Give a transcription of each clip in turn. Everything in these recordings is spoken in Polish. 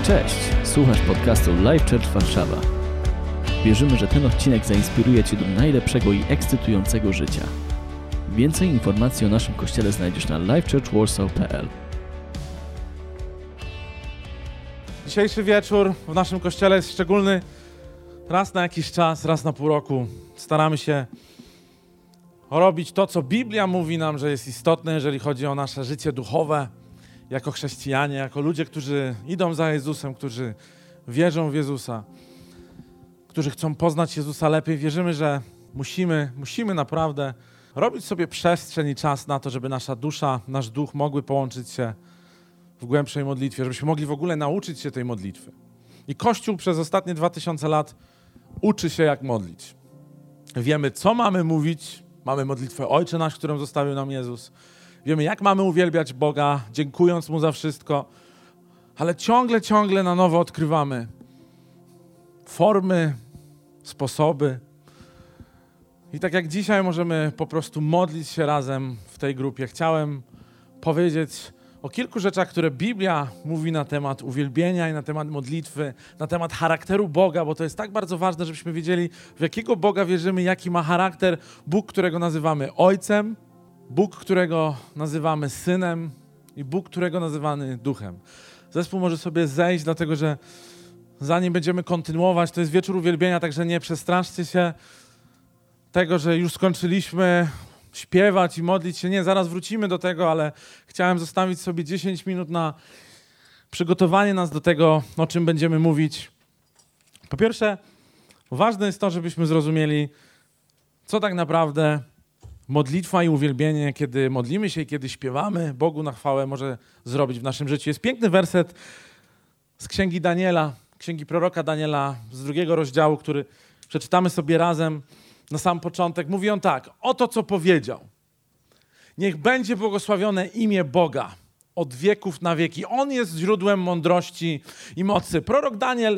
Cześć, słuchasz podcastu Life Church Warszawa. Wierzymy, że ten odcinek zainspiruje Cię do najlepszego i ekscytującego życia. Więcej informacji o naszym kościele znajdziesz na lifechurchwarsaw.pl. Dzisiejszy wieczór w naszym kościele jest szczególny. Raz na jakiś czas, raz na pół roku staramy się robić to, co Biblia mówi nam, że jest istotne, jeżeli chodzi o nasze życie duchowe, jako chrześcijanie, jako ludzie, którzy idą za Jezusem, którzy wierzą w Jezusa, którzy chcą poznać Jezusa lepiej. Wierzymy, że musimy naprawdę robić sobie przestrzeń i czas na to, żeby nasza dusza, nasz duch mogły połączyć się w głębszej modlitwie, żebyśmy mogli w ogóle nauczyć się tej modlitwy. I Kościół przez ostatnie 2000 lat uczy się, jak modlić. Wiemy, co mamy mówić. Mamy modlitwę Ojcze Nasz, którą zostawił nam Jezus. Wiemy, jak mamy uwielbiać Boga, dziękując Mu za wszystko. Ale ciągle na nowo odkrywamy formy, sposoby. I tak jak dzisiaj możemy po prostu modlić się razem w tej grupie, chciałem powiedzieć o kilku rzeczach, które Biblia mówi na temat uwielbienia i na temat modlitwy, na temat charakteru Boga, bo to jest tak bardzo ważne, żebyśmy wiedzieli, w jakiego Boga wierzymy, jaki ma charakter Bóg, którego nazywamy Ojcem, Bóg, którego nazywamy Synem i Bóg, którego nazywamy Duchem. Zespół może sobie zejść, dlatego że zanim będziemy kontynuować, to jest wieczór uwielbienia, także nie przestraszcie się tego, że już skończyliśmy śpiewać i modlić się. Nie, zaraz wrócimy do tego, ale chciałem zostawić sobie 10 minut na przygotowanie nas do tego, o czym będziemy mówić. Po pierwsze, ważne jest to, żebyśmy zrozumieli, co tak naprawdę modlitwa i uwielbienie, kiedy modlimy się i kiedy śpiewamy Bogu na chwałę, może zrobić w naszym życiu. Jest piękny werset z Księgi Daniela, Księgi proroka Daniela z 2 rozdziału, który przeczytamy sobie razem. Na sam początek mówi on tak: oto co powiedział. Niech będzie błogosławione imię Boga od wieków na wieki. On jest źródłem mądrości i mocy. Prorok Daniel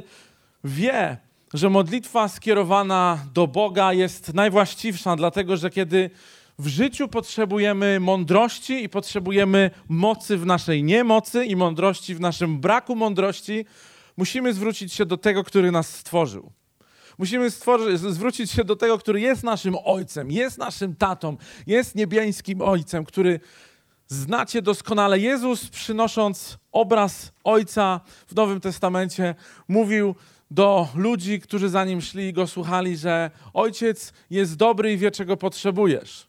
wie, że modlitwa skierowana do Boga jest najwłaściwsza, dlatego że kiedy w życiu potrzebujemy mądrości i potrzebujemy mocy w naszej niemocy i mądrości w naszym braku mądrości, musimy zwrócić się do tego, który nas stworzył. Musimy zwrócić się do tego, który jest naszym Ojcem, jest naszym tatą, jest niebiańskim Ojcem, który znacie doskonale. Jezus, przynosząc obraz Ojca w Nowym Testamencie, mówił do ludzi, którzy za Nim szli i Go słuchali, że Ojciec jest dobry i wie, czego potrzebujesz.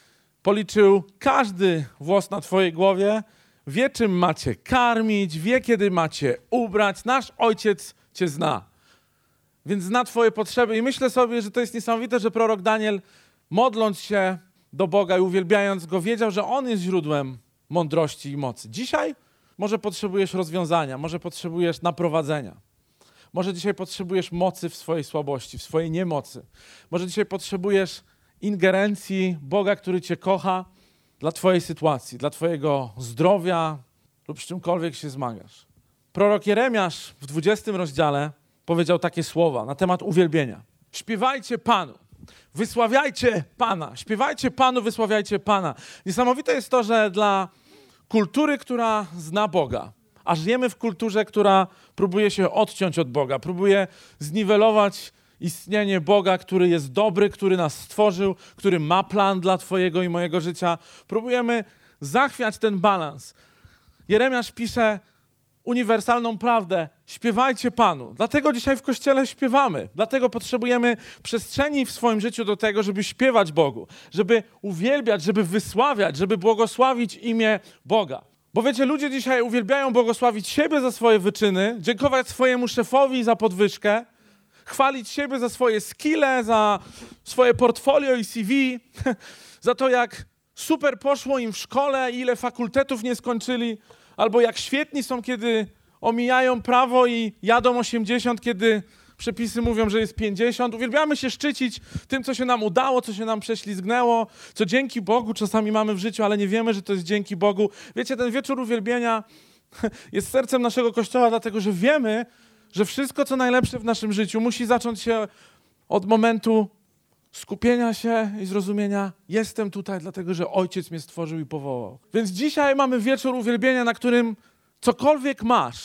Policzył każdy włos na twojej głowie, wie, czym macie karmić, wie, kiedy macie ubrać. Nasz Ojciec cię zna. Więc zna twoje potrzeby i myślę sobie, że to jest niesamowite, że prorok Daniel, modląc się do Boga i uwielbiając Go, wiedział, że On jest źródłem mądrości i mocy. Dzisiaj może potrzebujesz rozwiązania, może potrzebujesz naprowadzenia. Może dzisiaj potrzebujesz mocy w swojej słabości, w swojej niemocy. Może dzisiaj potrzebujesz ingerencji Boga, który cię kocha dla twojej sytuacji, dla twojego zdrowia lub z czymkolwiek się zmagasz. Prorok Jeremiasz w 20 rozdziale powiedział takie słowa na temat uwielbienia. Śpiewajcie Panu, wysławiajcie Pana. Śpiewajcie Panu, wysławiajcie Pana. Niesamowite jest to, że dla kultury, która zna Boga, a żyjemy w kulturze, która próbuje się odciąć od Boga, próbuje zniwelować istnienie Boga, który jest dobry, który nas stworzył, który ma plan dla twojego i mojego życia. Próbujemy zachwiać ten balans. Jeremiasz pisze uniwersalną prawdę: śpiewajcie Panu. Dlatego dzisiaj w Kościele śpiewamy. Dlatego potrzebujemy przestrzeni w swoim życiu do tego, żeby śpiewać Bogu, żeby uwielbiać, żeby wysławiać, żeby błogosławić imię Boga. Bo wiecie, ludzie dzisiaj uwielbiają błogosławić siebie za swoje wyczyny, dziękować swojemu szefowi za podwyżkę, chwalić siebie za swoje skille, za swoje portfolio i CV, za to, jak super poszło im w szkole, ile fakultetów nie skończyli, albo jak świetni są, kiedy omijają prawo i jadą 80, kiedy przepisy mówią, że jest 50. Uwielbiamy się szczycić tym, co się nam udało, co się nam prześlizgnęło, co dzięki Bogu czasami mamy w życiu, ale nie wiemy, że to jest dzięki Bogu. Wiecie, ten wieczór uwielbienia jest sercem naszego Kościoła, dlatego że wiemy, że wszystko, co najlepsze w naszym życiu, musi zacząć się od momentu skupienia się i zrozumienia: jestem tutaj, dlatego że Ojciec mnie stworzył i powołał. Więc dzisiaj mamy wieczór uwielbienia, na którym cokolwiek masz,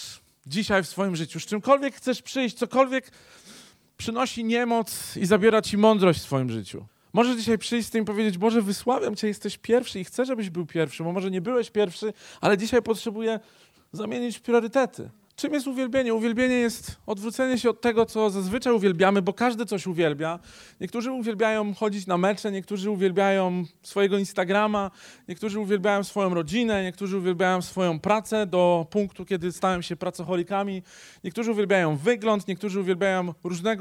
dzisiaj w swoim życiu. Z czymkolwiek chcesz przyjść, cokolwiek przynosi niemoc i zabiera ci mądrość w swoim życiu. Możesz dzisiaj przyjść z tym i powiedzieć: Boże, wysławiam Cię, jesteś pierwszy i chcę, żebyś był pierwszy, bo może nie byłeś pierwszy, ale dzisiaj potrzebuję zamienić priorytety. Czym jest uwielbienie? Uwielbienie jest odwrócenie się od tego, co zazwyczaj uwielbiamy, bo każdy coś uwielbia. Niektórzy uwielbiają chodzić na mecze, niektórzy uwielbiają swojego Instagrama, niektórzy uwielbiają swoją rodzinę, niektórzy uwielbiają swoją pracę do punktu, kiedy stają się pracoholikami, niektórzy uwielbiają wygląd, niektórzy uwielbiają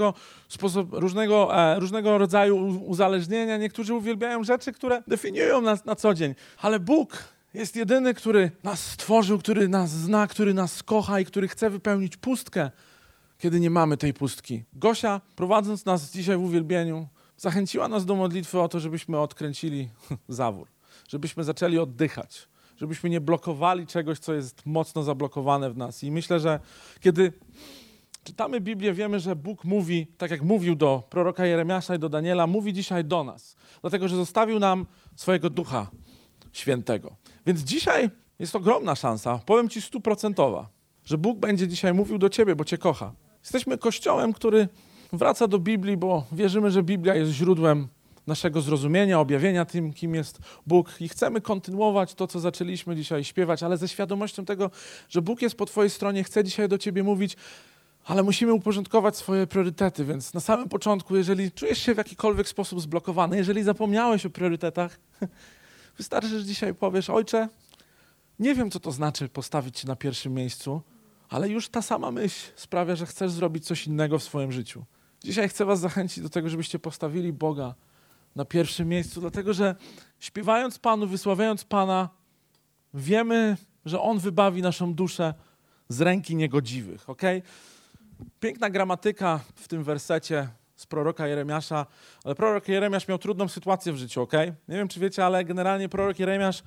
różnego rodzaju uzależnienia, niektórzy uwielbiają rzeczy, które definiują nas na co dzień. Ale Bóg jest jedyny, który nas stworzył, który nas zna, który nas kocha i który chce wypełnić pustkę, kiedy nie mamy tej pustki. Gosia, prowadząc nas dzisiaj w uwielbieniu, zachęciła nas do modlitwy o to, żebyśmy odkręcili zawór, żebyśmy zaczęli oddychać, żebyśmy nie blokowali czegoś, co jest mocno zablokowane w nas. I myślę, że kiedy czytamy Biblię, wiemy, że Bóg mówi, tak jak mówił do proroka Jeremiasza i do Daniela, mówi dzisiaj do nas, dlatego że zostawił nam swojego Ducha Świętego. Więc dzisiaj jest ogromna szansa, powiem Ci 100%, że Bóg będzie dzisiaj mówił do Ciebie, bo Cię kocha. Jesteśmy Kościołem, który wraca do Biblii, bo wierzymy, że Biblia jest źródłem naszego zrozumienia, objawienia tym, kim jest Bóg i chcemy kontynuować to, co zaczęliśmy dzisiaj śpiewać, ale ze świadomością tego, że Bóg jest po Twojej stronie, chce dzisiaj do Ciebie mówić, ale musimy uporządkować swoje priorytety, więc na samym początku, jeżeli czujesz się w jakikolwiek sposób zblokowany, jeżeli zapomniałeś o priorytetach, wystarczy, że dzisiaj powiesz: Ojcze, nie wiem, co to znaczy postawić Cię na pierwszym miejscu, ale już ta sama myśl sprawia, że chcesz zrobić coś innego w swoim życiu. Dzisiaj chcę Was zachęcić do tego, żebyście postawili Boga na pierwszym miejscu, dlatego że śpiewając Panu, wysławiając Pana, wiemy, że On wybawi naszą duszę z ręki niegodziwych. Okay? Piękna gramatyka w tym wersecie z proroka Jeremiasza, ale prorok Jeremiasz miał trudną sytuację w życiu, okej? Nie wiem, czy wiecie, ale generalnie prorok Jeremiasz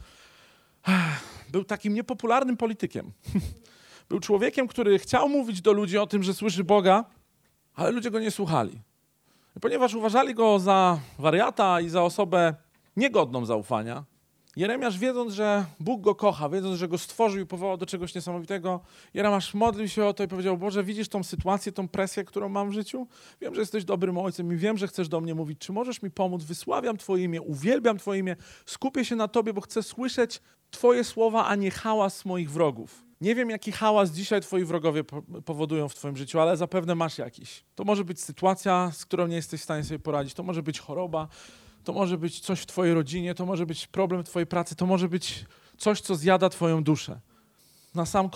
był takim niepopularnym politykiem. Był człowiekiem, który chciał mówić do ludzi o tym, że słyszy Boga, ale ludzie go nie słuchali. I ponieważ uważali go za wariata i za osobę niegodną zaufania, Jeremiasz, wiedząc, że Bóg go kocha, wiedząc, że go stworzył i powołał do czegoś niesamowitego, Jeremiasz modlił się o to i powiedział: Boże, widzisz tą sytuację, tą presję, którą mam w życiu? Wiem, że jesteś dobrym ojcem i wiem, że chcesz do mnie mówić. Czy możesz mi pomóc? Wysławiam Twoje imię, uwielbiam Twoje imię, skupię się na Tobie, bo chcę słyszeć Twoje słowa, a nie hałas moich wrogów. Nie wiem, jaki hałas dzisiaj Twoi wrogowie powodują w Twoim życiu, ale zapewne masz jakiś. To może być sytuacja, z którą nie jesteś w stanie sobie poradzić. To może być choroba. To może być coś w Twojej rodzinie, to może być problem w Twojej pracy, to może być coś, co zjada Twoją duszę. Na sam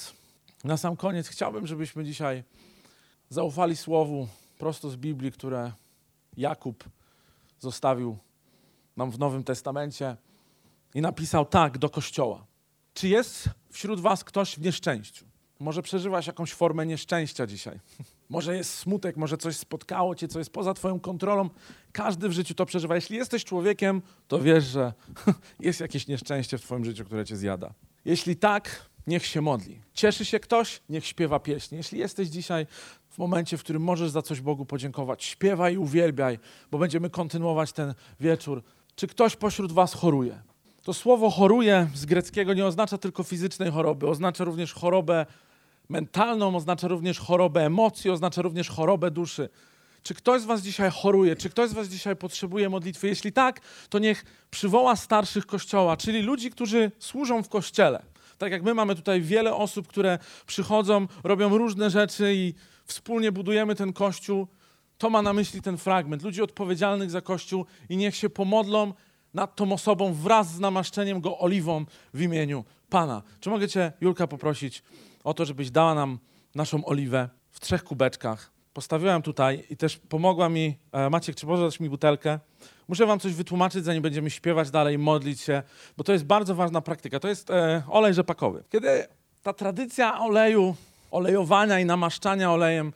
koniec chciałbym, żebyśmy dzisiaj zaufali słowu prosto z Biblii, które Jakub zostawił nam w Nowym Testamencie i napisał tak do Kościoła. Czy jest wśród was ktoś w nieszczęściu? Może przeżywasz jakąś formę nieszczęścia dzisiaj. Może jest smutek, może coś spotkało cię, co jest poza twoją kontrolą. Każdy w życiu to przeżywa. Jeśli jesteś człowiekiem, to wiesz, że jest jakieś nieszczęście w twoim życiu, które cię zjada. Jeśli tak, niech się modli. Cieszy się ktoś? Niech śpiewa pieśń. Jeśli jesteś dzisiaj w momencie, w którym możesz za coś Bogu podziękować, śpiewaj i uwielbiaj, bo będziemy kontynuować ten wieczór. Czy ktoś pośród was choruje? To słowo choruje z greckiego nie oznacza tylko fizycznej choroby, oznacza również chorobę mentalną, oznacza również chorobę emocji, oznacza również chorobę duszy. Czy ktoś z was dzisiaj choruje? Czy ktoś z was dzisiaj potrzebuje modlitwy? Jeśli tak, to niech przywoła starszych Kościoła, czyli ludzi, którzy służą w Kościele. Tak jak my mamy tutaj wiele osób, które przychodzą, robią różne rzeczy i wspólnie budujemy ten Kościół, to ma na myśli ten fragment. Ludzi odpowiedzialnych za Kościół i niech się pomodlą nad tą osobą wraz z namaszczeniem go oliwą w imieniu Pana. Czy mogę Cię, Julka, poprosić o to, żebyś dała nam naszą oliwę w 3 kubeczkach. Postawiłem tutaj i też pomogła mi, Maciek, czy możesz dać mi butelkę? Muszę wam coś wytłumaczyć, zanim będziemy śpiewać dalej, modlić się, bo to jest bardzo ważna praktyka. To jest olej rzepakowy. Kiedy ta tradycja olejowania i namaszczania olejem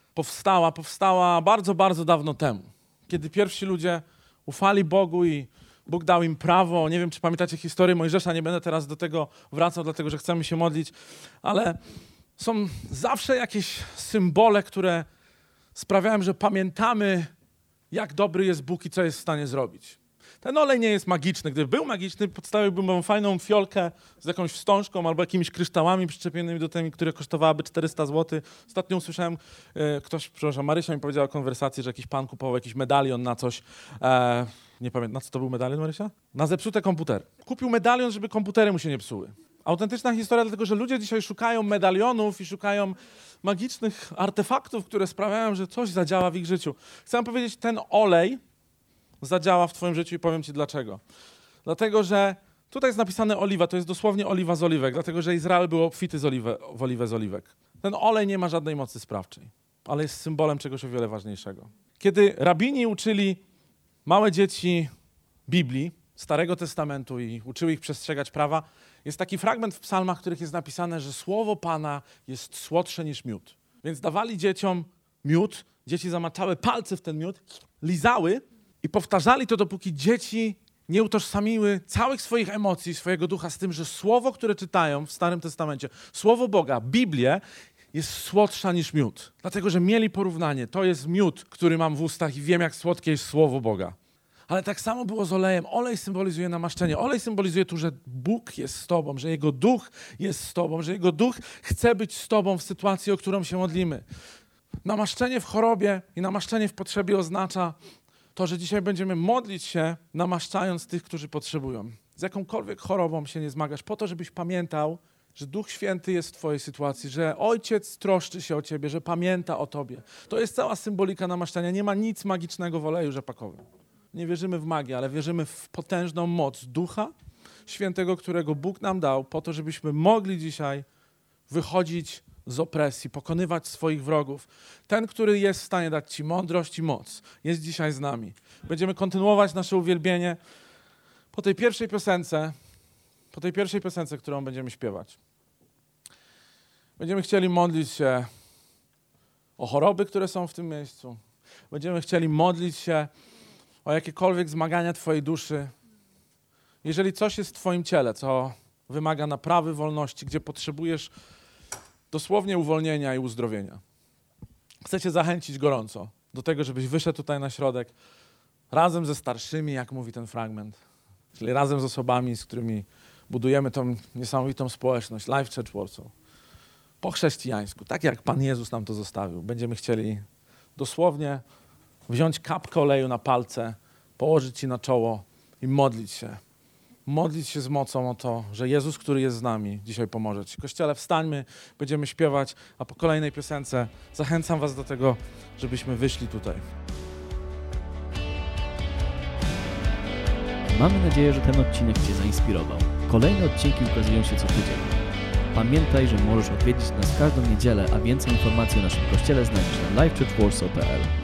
powstała bardzo, bardzo dawno temu. Kiedy pierwsi ludzie ufali Bogu i Bóg dał im prawo. Nie wiem, czy pamiętacie historię Mojżesza, nie będę teraz do tego wracał, dlatego że chcemy się modlić, ale są zawsze jakieś symbole, które sprawiają, że pamiętamy, jak dobry jest Bóg i co jest w stanie zrobić. Ten olej nie jest magiczny. Gdyby był magiczny, podstawiłbym fajną fiolkę z jakąś wstążką albo jakimiś kryształami przyczepionymi do tej, które kosztowałyby 400 zł. Ostatnio usłyszałem, Marysia mi powiedziała o konwersacji, że jakiś pan kupował jakiś medalion na coś. Nie pamiętam, na co to był medalion, Marysia? Na zepsute komputery. Kupił medalion, żeby komputery mu się nie psuły. Autentyczna historia, dlatego że ludzie dzisiaj szukają medalionów i szukają magicznych artefaktów, które sprawiają, że coś zadziała w ich życiu. Chcę wam powiedzieć, ten olej zadziała w twoim życiu i powiem ci dlaczego. Dlatego, że tutaj jest napisane oliwa, to jest dosłownie oliwa z oliwek, dlatego, że Izrael był obfity w oliwę z oliwek. Ten olej nie ma żadnej mocy sprawczej, ale jest symbolem czegoś o wiele ważniejszego. Kiedy rabini uczyli małe dzieci Biblii, Starego Testamentu i uczyły ich przestrzegać prawa, jest taki fragment w psalmach, w których jest napisane, że słowo Pana jest słodsze niż miód. Więc dawali dzieciom miód, dzieci zamaczały palce w ten miód, lizały i powtarzali to, dopóki dzieci nie utożsamiły całych swoich emocji, swojego ducha z tym, że słowo, które czytają w Starym Testamencie, słowo Boga, Biblię, jest słodsza niż miód. Dlatego, że mieli porównanie. To jest miód, który mam w ustach i wiem, jak słodkie jest słowo Boga. Ale tak samo było z olejem. Olej symbolizuje namaszczenie. Olej symbolizuje tu, że Bóg jest z tobą, że Jego Duch jest z tobą, że Jego Duch chce być z tobą w sytuacji, o którą się modlimy. Namaszczenie w chorobie i namaszczenie w potrzebie oznacza to, że dzisiaj będziemy modlić się, namaszczając tych, którzy potrzebują. Z jakąkolwiek chorobą się nie zmagasz, po to, żebyś pamiętał, że Duch Święty jest w twojej sytuacji, że Ojciec troszczy się o ciebie, że pamięta o tobie. To jest cała symbolika namaszczenia. Nie ma nic magicznego w oleju rzepakowym. Nie wierzymy w magię, ale wierzymy w potężną moc Ducha Świętego, którego Bóg nam dał, po to, żebyśmy mogli dzisiaj wychodzić z opresji, pokonywać swoich wrogów. Ten, który jest w stanie dać ci mądrość i moc, jest dzisiaj z nami. Będziemy kontynuować nasze uwielbienie po tej pierwszej piosence, którą będziemy śpiewać. Będziemy chcieli modlić się o choroby, które są w tym miejscu. Będziemy chcieli modlić się o jakiekolwiek zmagania twojej duszy. Jeżeli coś jest w twoim ciele, co wymaga naprawy, wolności, gdzie potrzebujesz dosłownie uwolnienia i uzdrowienia. Chcę cię zachęcić gorąco do tego, żebyś wyszedł tutaj na środek razem ze starszymi, jak mówi ten fragment, czyli razem z osobami, z którymi budujemy tą niesamowitą społeczność, Life Church Warsaw. Po chrześcijańsku, tak jak Pan Jezus nam to zostawił. Będziemy chcieli dosłownie wziąć kapkę oleju na palce, położyć ci na czoło i modlić się. Modlić się z mocą o to, że Jezus, który jest z nami, dzisiaj pomoże ci. Kościele, wstańmy, będziemy śpiewać, a po kolejnej piosence zachęcam was do tego, żebyśmy wyszli tutaj. Mamy nadzieję, że ten odcinek cię zainspirował. Kolejne odcinki ukazują się co tydzień. Pamiętaj, że możesz odwiedzić nas każdą niedzielę, a więcej informacji o naszym kościele znajdziesz na livechurchwarsaw.pl.